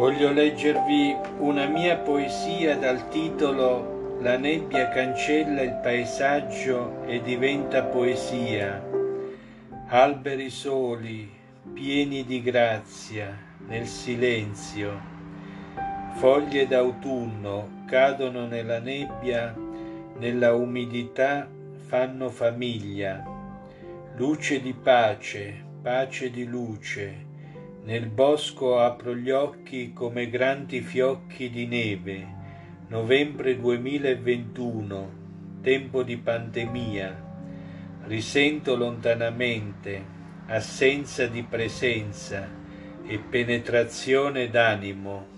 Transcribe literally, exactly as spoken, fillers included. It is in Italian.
Voglio leggervi una mia poesia dal titolo La nebbia cancella il paesaggio e diventa poesia. Alberi soli, pieni di grazia, nel silenzio. Foglie d'autunno cadono nella nebbia, nella umidità fanno famiglia. Luce di pace, pace di luce. Nel bosco apro gli occhi come grandi fiocchi di neve. Novembre duemilaventuno, tempo di pandemia. Risento lontanamente, assenza di presenza e penetrazione d'animo.